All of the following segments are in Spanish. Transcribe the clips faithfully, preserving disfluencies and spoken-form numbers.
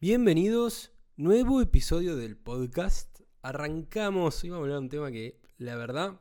Bienvenidos, nuevo episodio del podcast. Arrancamos, hoy vamos a hablar de un tema que, la verdad,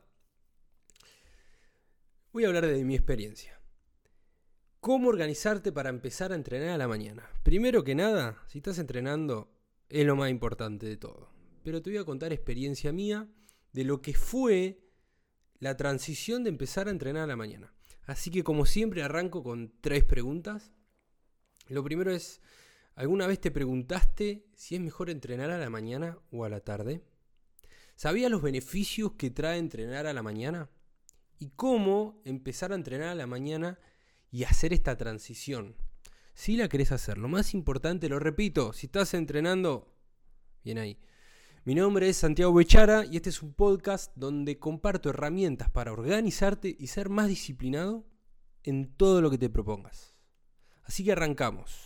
voy a hablar de mi experiencia. ¿Cómo organizarte para empezar a entrenar a la mañana? Primero que nada, si estás entrenando, es lo más importante de todo. Pero te voy a contar experiencia mía de lo que fue la transición de empezar a entrenar a la mañana. Así que, como siempre, arranco con tres preguntas. Lo primero es, ¿alguna vez te preguntaste si es mejor entrenar a la mañana o a la tarde? ¿Sabías los beneficios que trae entrenar a la mañana? ¿Y cómo empezar a entrenar a la mañana y hacer esta transición? Si la querés hacer, lo más importante, lo repito, si estás entrenando, bien ahí. Mi nombre es Santiago Bechara y este es un podcast donde comparto herramientas para organizarte y ser más disciplinado en todo lo que te propongas. Así que arrancamos.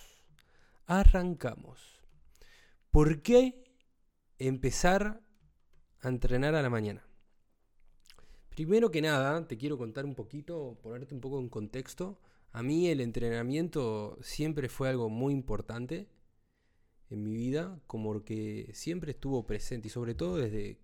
Arrancamos. ¿Por qué empezar a entrenar a la mañana? Primero que nada, te quiero contar un poquito, ponerte un poco en contexto. A mí el entrenamiento siempre fue algo muy importante en mi vida, como que siempre estuvo presente y sobre todo desde,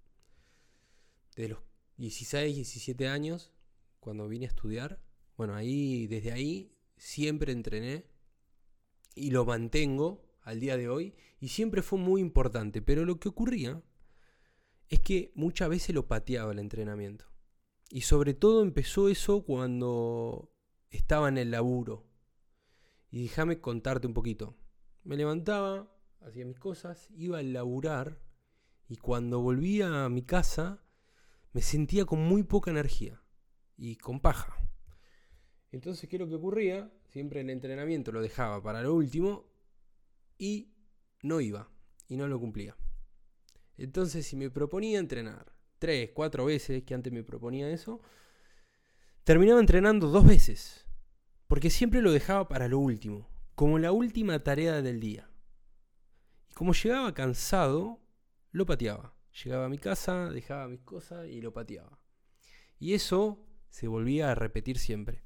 desde los dieciséis, diecisiete años, cuando vine a estudiar. Bueno, ahí, desde ahí siempre entrené. Y lo mantengo al día de hoy. Y siempre fue muy importante. Pero lo que ocurría es que muchas veces lo pateaba el entrenamiento. Y sobre todo empezó eso cuando estaba en el laburo. Y déjame contarte un poquito. Me levantaba, hacía mis cosas, iba a laburar. Y cuando volvía a mi casa me sentía con muy poca energía. Y con paja. Entonces, ¿qué es lo que ocurría? Siempre el entrenamiento lo dejaba para lo último y no iba y no lo cumplía. Entonces, si me proponía entrenar tres, cuatro veces, que antes me proponía eso, terminaba entrenando dos veces, porque siempre lo dejaba para lo último, como la última tarea del día. Y como llegaba cansado, lo pateaba. Llegaba a mi casa, dejaba mis cosas y lo pateaba. Y eso se volvía a repetir siempre.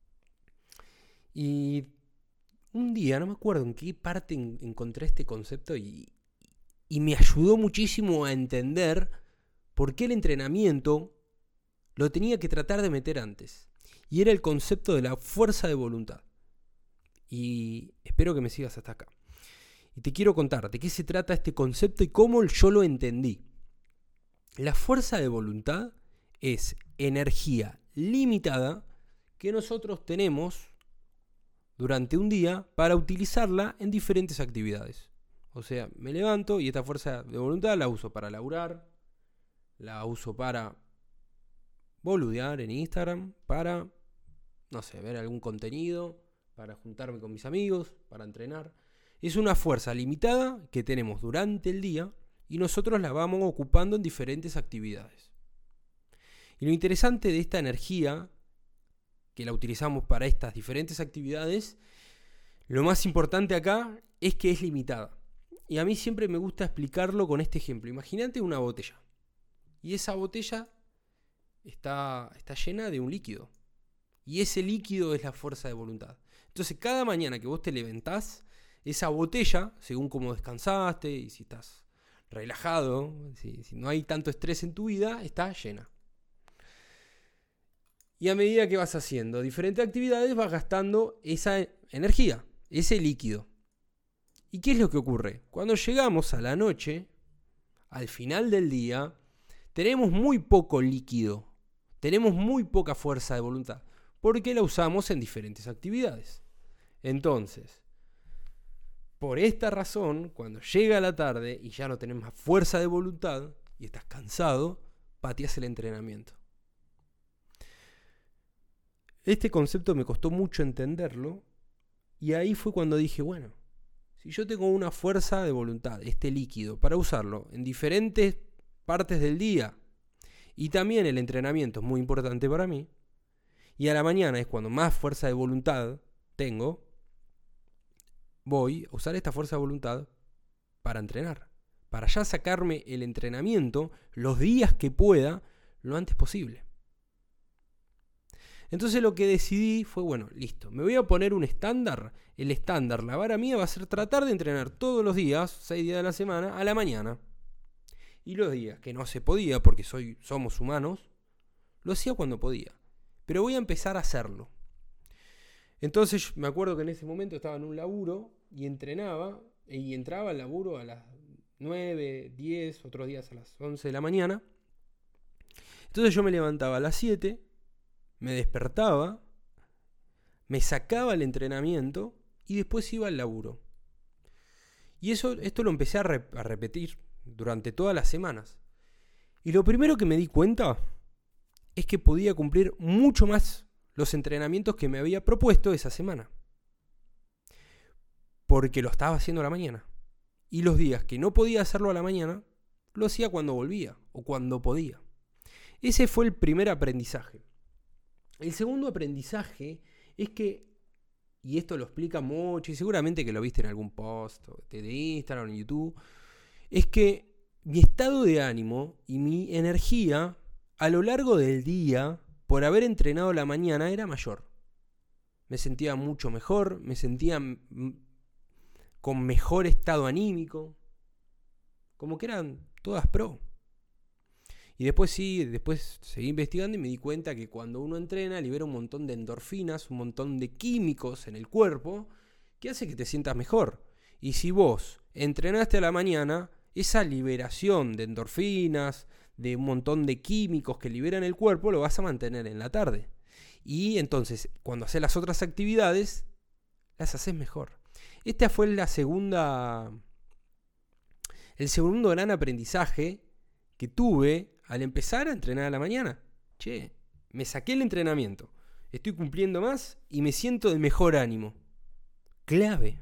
Y un día, no me acuerdo en qué parte en, encontré este concepto y, y me ayudó muchísimo a entender por qué el entrenamiento lo tenía que tratar de meter antes. Y era el concepto de la fuerza de voluntad. Y espero que me sigas hasta acá. Y te quiero contar de qué se trata este concepto y cómo yo lo entendí. La fuerza de voluntad es energía limitada que nosotros tenemos durante un día para utilizarla en diferentes actividades. O sea, me levanto y esta fuerza de voluntad la uso para laburar, la uso para boludear en Instagram, para, no sé, ver algún contenido, para juntarme con mis amigos, para entrenar. Es una fuerza limitada que tenemos durante el día y nosotros la vamos ocupando en diferentes actividades. Y lo interesante de esta energía que la utilizamos para estas diferentes actividades, lo más importante acá es que es limitada. Y a mí siempre me gusta explicarlo con este ejemplo. Imagínate una botella. Y esa botella está, está llena de un líquido. Y ese líquido es la fuerza de voluntad. Entonces cada mañana que vos te levantás, esa botella, según cómo descansaste y si estás relajado, si, si no hay tanto estrés en tu vida, está llena. Y a medida que vas haciendo diferentes actividades, vas gastando esa energía, ese líquido. ¿Y qué es lo que ocurre? Cuando llegamos a la noche, al final del día, tenemos muy poco líquido, tenemos muy poca fuerza de voluntad, porque la usamos en diferentes actividades. Entonces, por esta razón, cuando llega la tarde y ya no tenés más fuerza de voluntad y estás cansado, pateás el entrenamiento. Este concepto me costó mucho entenderlo y ahí fue cuando dije, bueno, si yo tengo una fuerza de voluntad, este líquido, para usarlo en diferentes partes del día y también el entrenamiento es muy importante para mí y a la mañana es cuando más fuerza de voluntad tengo, voy a usar esta fuerza de voluntad para entrenar, para ya sacarme el entrenamiento los días que pueda lo antes posible. Entonces lo que decidí fue, bueno, listo, me voy a poner un estándar. El estándar, la vara mía va a ser tratar de entrenar todos los días, seis días de la semana, a la mañana. Y los días que no se podía, porque soy, somos humanos, lo hacía cuando podía. Pero voy a empezar a hacerlo. Entonces me acuerdo que en ese momento estaba en un laburo y entrenaba y entraba al laburo a las nueve, diez, otros días a las once de la mañana. Entonces yo me levantaba a las siete, me despertaba, me sacaba el entrenamiento y después iba al laburo. Y eso, esto lo empecé a, re- a repetir durante todas las semanas. Y lo primero que me di cuenta es que podía cumplir mucho más los entrenamientos que me había propuesto esa semana. Porque lo estaba haciendo a la mañana. Y los días que no podía hacerlo a la mañana, lo hacía cuando volvía o cuando podía. Ese fue el primer aprendizaje. El segundo aprendizaje es que, y esto lo explica mucho, y seguramente que lo viste en algún post de Instagram o en YouTube, es que mi estado de ánimo y mi energía a lo largo del día, por haber entrenado la mañana, era mayor. Me sentía mucho mejor, me sentía m- con mejor estado anímico, como que eran todas pro. Y después sí, después seguí investigando y me di cuenta que cuando uno entrena libera un montón de endorfinas, un montón de químicos en el cuerpo que hace que te sientas mejor. Y si vos entrenaste a la mañana, esa liberación de endorfinas, de un montón de químicos que liberan el cuerpo, lo vas a mantener en la tarde. Y entonces, cuando haces las otras actividades, las haces mejor. Esta fue la segunda, el segundo gran aprendizaje que tuve al empezar a entrenar a la mañana. Che, me saqué el entrenamiento, estoy cumpliendo más y me siento de mejor ánimo. Clave.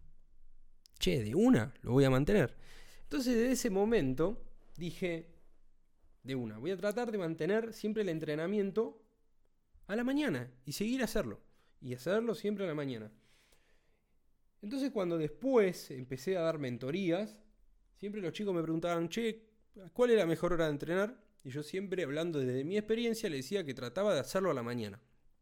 Che, de una, lo voy a mantener. Entonces, desde ese momento, dije, de una, voy a tratar de mantener siempre el entrenamiento a la mañana y seguir a hacerlo. Y hacerlo siempre a la mañana. Entonces, cuando después empecé a dar mentorías, siempre los chicos me preguntaban, che, ¿cuál es la mejor hora de entrenar? Y yo siempre, hablando desde mi experiencia, les decía que trataba de hacerlo a la mañana.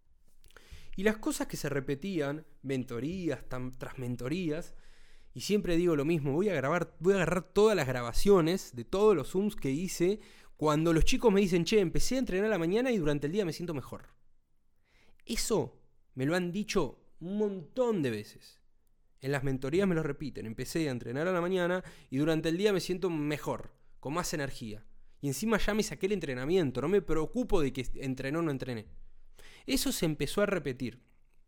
Y las cosas que se repetían, mentorías tam, tras mentorías, y siempre digo lo mismo, voy a grabar, voy a agarrar todas las grabaciones de todos los Zooms que hice cuando los chicos me dicen, che, empecé a entrenar a la mañana y durante el día me siento mejor. Eso me lo han dicho un montón de veces. En las mentorías me lo repiten, empecé a entrenar a la mañana y durante el día me siento mejor, con más energía. Y encima ya me saqué el entrenamiento, no me preocupo de que entrené o no entrené. Eso se empezó a repetir.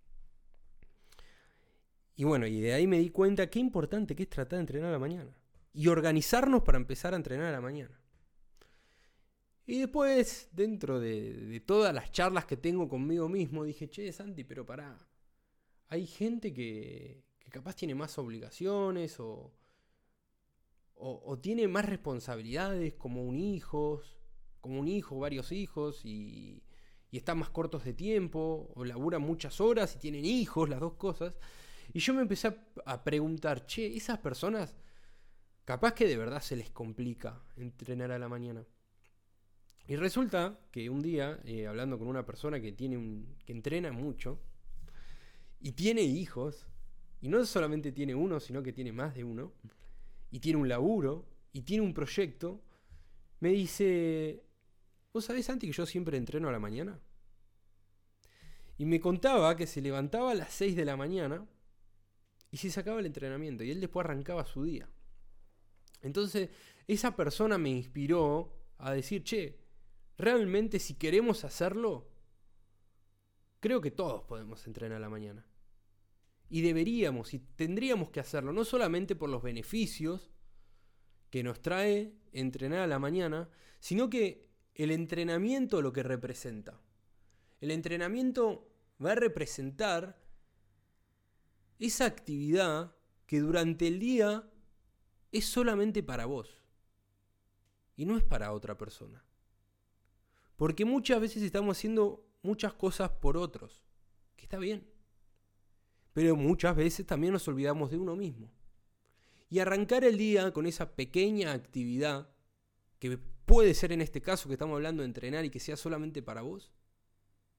Y bueno, y de ahí me di cuenta qué importante que es tratar de entrenar a la mañana. Y organizarnos para empezar a entrenar a la mañana. Y después, dentro de, de todas las charlas que tengo conmigo mismo, dije, che, Santi, pero pará. Hay gente que, que capaz tiene más obligaciones o, o, o tiene más responsabilidades como un hijo, como un hijo, varios hijos, y, y están más cortos de tiempo, o laburan muchas horas y tienen hijos, las dos cosas. Y yo me empecé a, a preguntar, che, esas personas, capaz que de verdad se les complica entrenar a la mañana. Y resulta que un día, eh, hablando con una persona que, tiene un, que entrena mucho, y tiene hijos, y no solamente tiene uno, sino que tiene más de uno, y tiene un laburo, y tiene un proyecto, me dice, ¿vos sabés, Santi, que yo siempre entreno a la mañana? Y me contaba que se levantaba a las seis de la mañana y se sacaba el entrenamiento, y él después arrancaba su día. Entonces, esa persona me inspiró a decir, che, realmente si queremos hacerlo, creo que todos podemos entrenar a la mañana. Y deberíamos y tendríamos que hacerlo, no solamente por los beneficios que nos trae entrenar a la mañana, sino que el entrenamiento lo que representa. El entrenamiento va a representar esa actividad que durante el día es solamente para vos y no es para otra persona. Porque muchas veces estamos haciendo muchas cosas por otros, que está bien. Pero muchas veces también nos olvidamos de uno mismo. Y arrancar el día con esa pequeña actividad, que puede ser en este caso que estamos hablando de entrenar y que sea solamente para vos,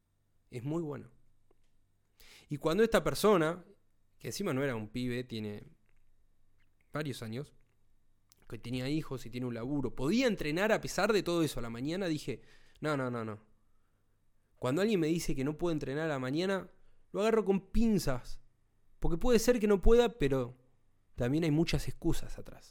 Es muy bueno. Y cuando esta persona, que encima no era un pibe, tiene varios años, que tenía hijos y tiene un laburo, podía entrenar a pesar de todo eso a la mañana, dije, no, no, no, no. Cuando alguien me dice que no puede entrenar a la mañana, lo agarro con pinzas. Porque puede ser que no pueda, pero también hay muchas excusas atrás.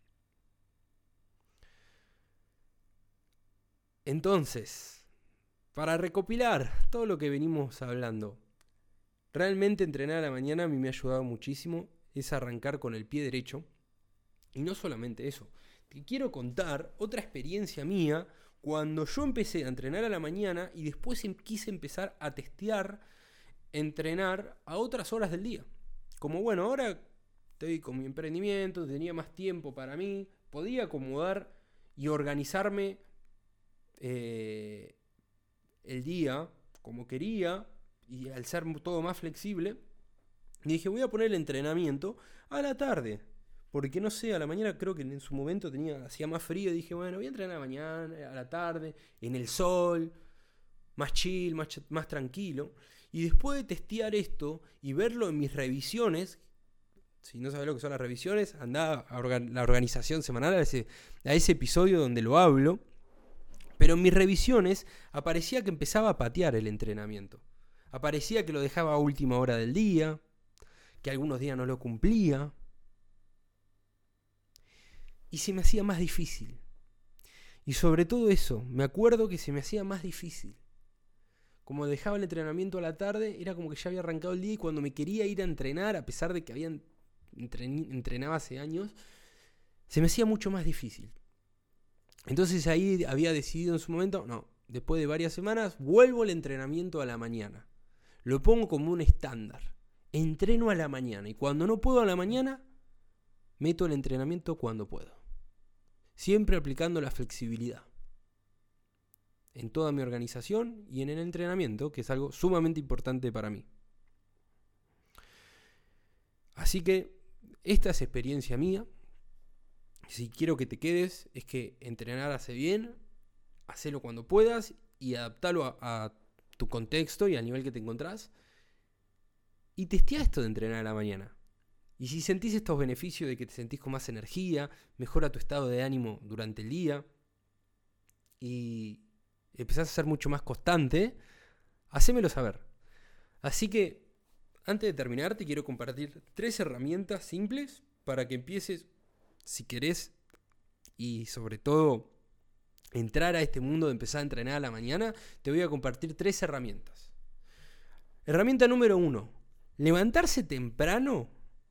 Entonces, para recopilar todo lo que venimos hablando, realmente entrenar a la mañana a mí me ha ayudado muchísimo, es arrancar con el pie derecho. Y no solamente eso, te quiero contar otra experiencia mía cuando yo empecé a entrenar a la mañana y después quise empezar a testear, entrenar a otras horas del día. Como bueno, ahora estoy con mi emprendimiento, tenía más tiempo para mí, podía acomodar y organizarme eh, el día como quería y al ser todo más flexible, dije voy a poner el entrenamiento a la tarde. Porque no sé, a la mañana creo que en su momento tenía, hacía más frío y dije, bueno, voy a entrenar a la mañana, a la tarde, en el sol, más chill, más, más tranquilo. Y después de testear esto y verlo en mis revisiones, si no sabes lo que son las revisiones, andá a organ- la organización semanal, a ese, a ese episodio donde lo hablo. Pero en mis revisiones aparecía que empezaba a patear el entrenamiento. Aparecía que lo dejaba a última hora del día, que algunos días no lo cumplía. Y se me hacía más difícil. Y sobre todo eso, me acuerdo que se me hacía más difícil. Como dejaba el entrenamiento a la tarde, era como que ya había arrancado el día y cuando me quería ir a entrenar, a pesar de que había entren- entrenaba hace años, se me hacía mucho más difícil. Entonces ahí había decidido en su momento, no, después de varias semanas, vuelvo el entrenamiento a la mañana. Lo pongo como un estándar. Entreno a la mañana y cuando no puedo a la mañana, meto el entrenamiento cuando puedo. Siempre aplicando la flexibilidad en toda mi organización y en el entrenamiento, que es algo sumamente importante para mí. Así que esta es experiencia mía. Si quiero que te quedes, es que entrenar hace bien, hacelo cuando puedas y adaptarlo a, a tu contexto y al nivel que te encontrás. Y testea esto de entrenar a la mañana. Y si sentís estos beneficios de que te sentís con más energía, mejora tu estado de ánimo durante el día y empezás a ser mucho más constante, hacémelo saber. Así que, antes de terminar, te quiero compartir tres herramientas simples para que empieces, si querés, y sobre todo entrar a este mundo de empezar a entrenar a la mañana. Te voy a compartir tres herramientas. Herramienta número uno, levantarse temprano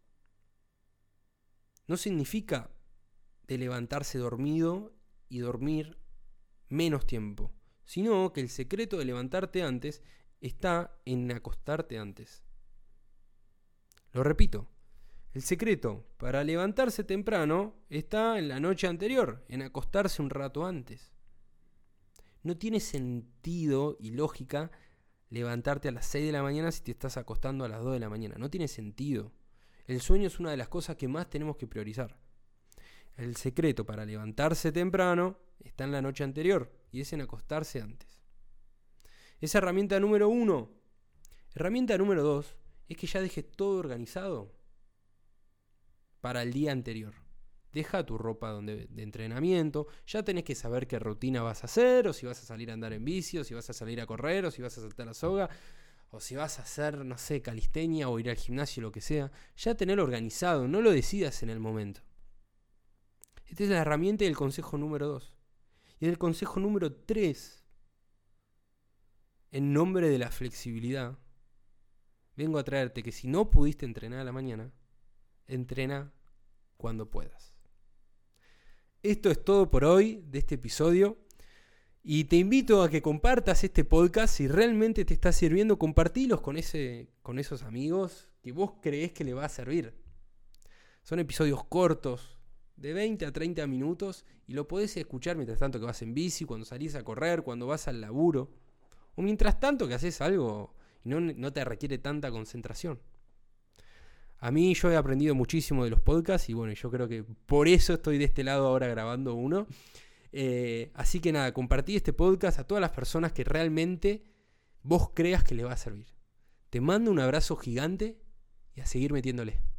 no significa de levantarse dormido y dormir menos tiempo, sino que el secreto de levantarte antes está en acostarte antes. Lo repito, el secreto para levantarse temprano está en la noche anterior, en acostarse un rato antes. No tiene sentido y lógica levantarte a las seis de la mañana si te estás acostando a las dos de la mañana. No tiene sentido. El sueño es una de las cosas que más tenemos que priorizar. El secreto para levantarse temprano está en la noche anterior y es en acostarse antes. Esa herramienta número uno. Herramienta número dos es que ya dejes todo organizado para el día anterior. Deja tu ropa donde, de entrenamiento, ya tenés que saber qué rutina vas a hacer, o si vas a salir a andar en bici, o si vas a salir a correr, o si vas a saltar la soga, o si vas a hacer, no sé, calistenia o ir al gimnasio, lo que sea. Ya tenerlo organizado, no lo decidas en el momento. Esta es la herramienta del consejo número dos. Y el consejo número tres, en nombre de la flexibilidad, vengo a traerte que si no pudiste entrenar a la mañana, entrena cuando puedas. Esto es todo por hoy de este episodio. Y te invito a que compartas este podcast. Si realmente te está sirviendo, compartilos con, ese, con esos amigos que vos creés que le va a servir. Son episodios cortos, de veinte a treinta minutos, y lo podés escuchar mientras tanto que vas en bici, cuando salís a correr, cuando vas al laburo, o mientras tanto que haces algo y no, no te requiere tanta concentración. A mí yo he aprendido muchísimo de los podcasts y bueno, yo creo que por eso estoy de este lado ahora grabando uno. Eh, así que nada, compartí este podcast a todas las personas que realmente vos creas que le va a servir. Te mando un abrazo gigante y a seguir metiéndole.